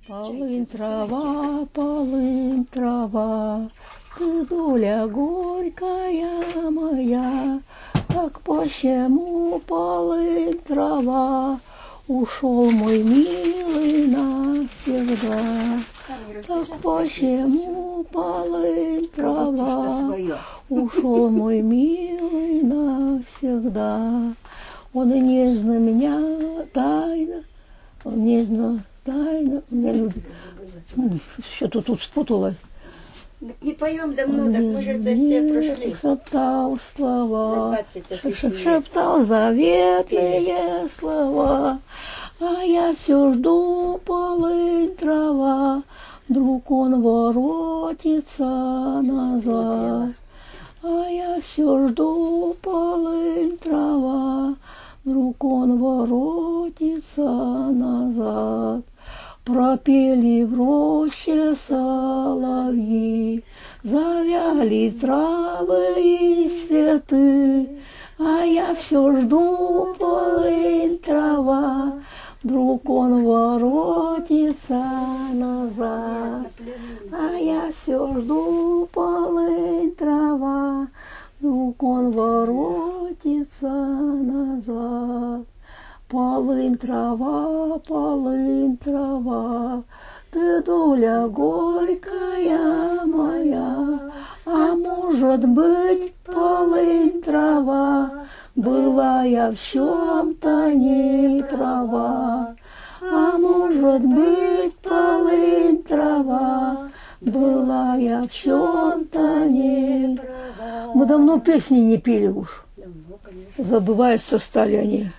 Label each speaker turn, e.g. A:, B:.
A: Полынь, трава, ты доля горькая моя, так почему полынь, трава, ушел мой милый навсегда? Так почему полынь, трава, ушел мой милый навсегда? Он нежно меня тайно, он нежно тайно меня любит. Что-то тут спуталось.
B: Не поем давно, так мы же все прошли.
A: Шептал слова, шептал заветные слова, а я все жду, полынь, трава, вдруг он воротится назад. А я все жду, полынь, трава, вдруг он воротится назад. Пропели в роще соловьи, завяли травы и цветы, а я все жду, полынь, трава, вдруг он воротится назад. А я все жду, полынь, трава, вдруг он воротится назад. Полынь, трава, ты доля горькая моя, а может быть, полынь, трава, была я в чем-то не права. А может быть, полынь, трава, была я в чем-то не права. Мы давно песни не пели уж. Забываются стали они.